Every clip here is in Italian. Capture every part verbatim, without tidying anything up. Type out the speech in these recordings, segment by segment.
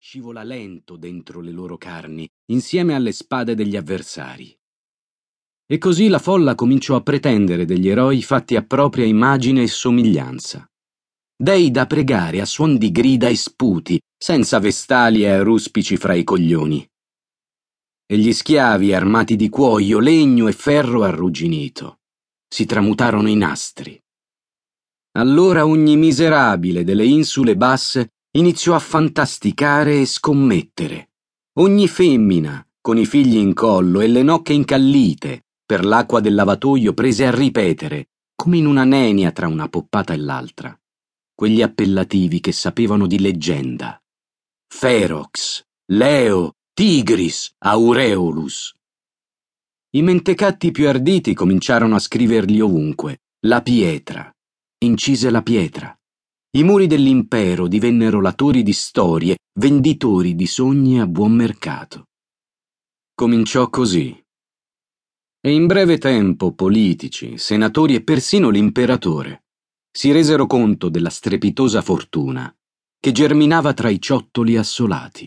scivola lento dentro le loro carni, insieme alle spade degli avversari. E così la folla cominciò a pretendere degli eroi fatti a propria immagine e somiglianza. Dei da pregare a suon di grida e sputi, senza vestali e ruspici fra i coglioni. E gli schiavi armati di cuoio, legno e ferro arrugginito si tramutarono in astri. Allora ogni miserabile delle insule basse iniziò a fantasticare e scommettere. Ogni femmina, con i figli in collo e le nocche incallite, per l'acqua del lavatoio prese a ripetere, come in una nenia tra una poppata e l'altra, quegli appellativi che sapevano di leggenda. Ferox, Leo, Tigris, Aureolus. I mentecatti più arditi cominciarono a scriverli ovunque. La pietra. Incise la pietra. I muri dell'impero divennero latori di storie, venditori di sogni a buon mercato. Cominciò così. E in breve tempo politici, senatori e persino l'imperatore si resero conto della strepitosa fortuna che germinava tra i ciottoli assolati.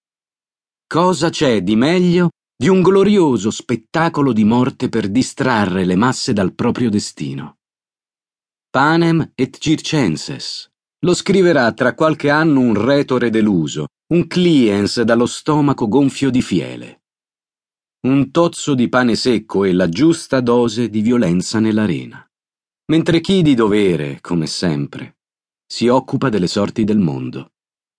Cosa c'è di meglio di un glorioso spettacolo di morte per distrarre le masse dal proprio destino? Panem et circenses. Lo scriverà tra qualche anno un retore deluso, un cliens dallo stomaco gonfio di fiele. Un tozzo di pane secco e la giusta dose di violenza nell'arena. Mentre chi di dovere, come sempre, si occupa delle sorti del mondo.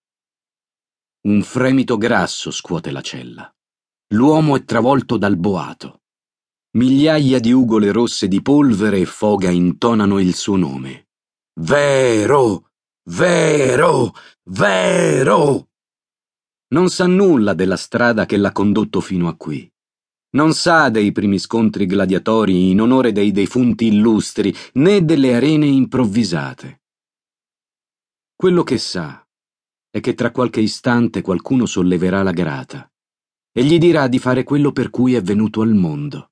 Un fremito grasso scuote la cella. L'uomo è travolto dal boato. Migliaia di ugole rosse di polvere e foga intonano il suo nome. Vero! Vero! Vero! Non sa nulla della strada che l'ha condotto fino a qui. Non sa dei primi scontri gladiatori in onore dei defunti illustri, né delle arene improvvisate. Quello che sa è che tra qualche istante qualcuno solleverà la grata e gli dirà di fare quello per cui è venuto al mondo.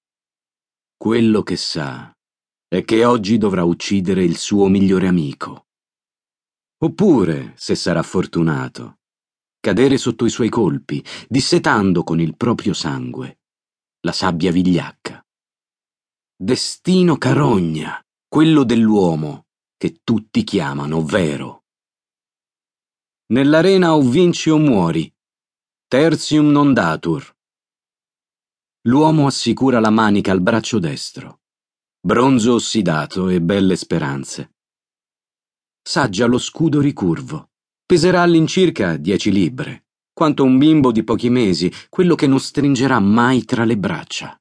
Quello che sa è che oggi dovrà uccidere il suo migliore amico. Oppure, se sarà fortunato, cadere sotto i suoi colpi, dissetando con il proprio sangue la sabbia vigliacca. Destino carogna, quello dell'uomo che tutti chiamano vero. Nell'arena o vinci o muori, tertium non datur. L'uomo assicura la manica al braccio destro, bronzo ossidato e belle speranze. Saggia lo scudo ricurvo, peserà all'incirca dieci libbre, quanto un bimbo di pochi mesi, quello che non stringerà mai tra le braccia.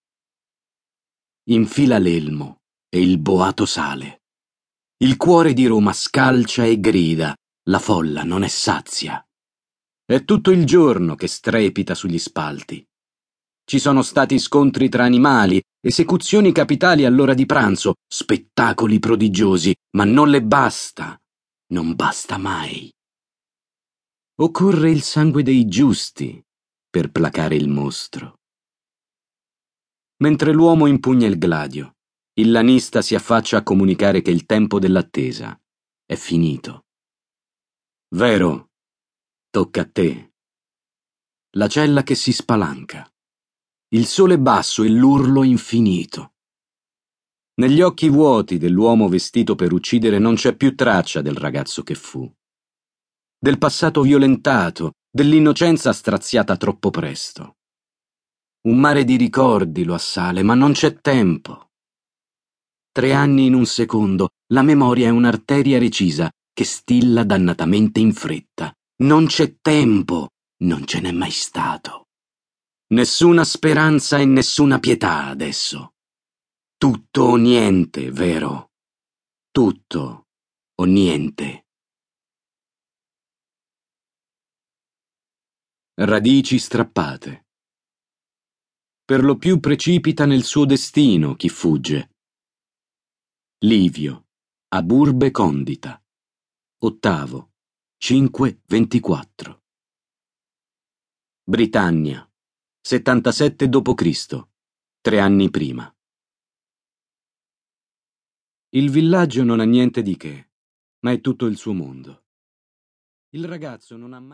Infila l'elmo e il boato sale. Il cuore di Roma scalcia e grida, la folla non è sazia. È tutto il giorno che strepita sugli spalti. Ci sono stati scontri tra animali, esecuzioni capitali all'ora di pranzo, spettacoli prodigiosi, ma non le basta, non basta mai. Occorre il sangue dei giusti per placare il mostro. Mentre l'uomo impugna il gladio, il lanista si affaccia a comunicare che il tempo dell'attesa è finito. Vero, tocca a te. La cella che si spalanca. Il sole basso e l'urlo infinito. Negli occhi vuoti dell'uomo vestito per uccidere non c'è più traccia del ragazzo che fu. Del passato violentato, dell'innocenza straziata troppo presto. Un mare di ricordi lo assale, ma non c'è tempo. Tre anni in un secondo, la memoria è un'arteria recisa che stilla dannatamente in fretta. Non c'è tempo, non ce n'è mai stato. Nessuna speranza e nessuna pietà adesso. Tutto o niente, vero? Tutto o niente. Radici strappate. Per lo più precipita nel suo destino chi fugge. Livio, ab urbe condita. Ottavo, cinque ventiquattro. Britannia. settantasette dopo Cristo, tre anni prima. Il villaggio non ha niente di che, ma è tutto il suo mondo. Il ragazzo non ha mai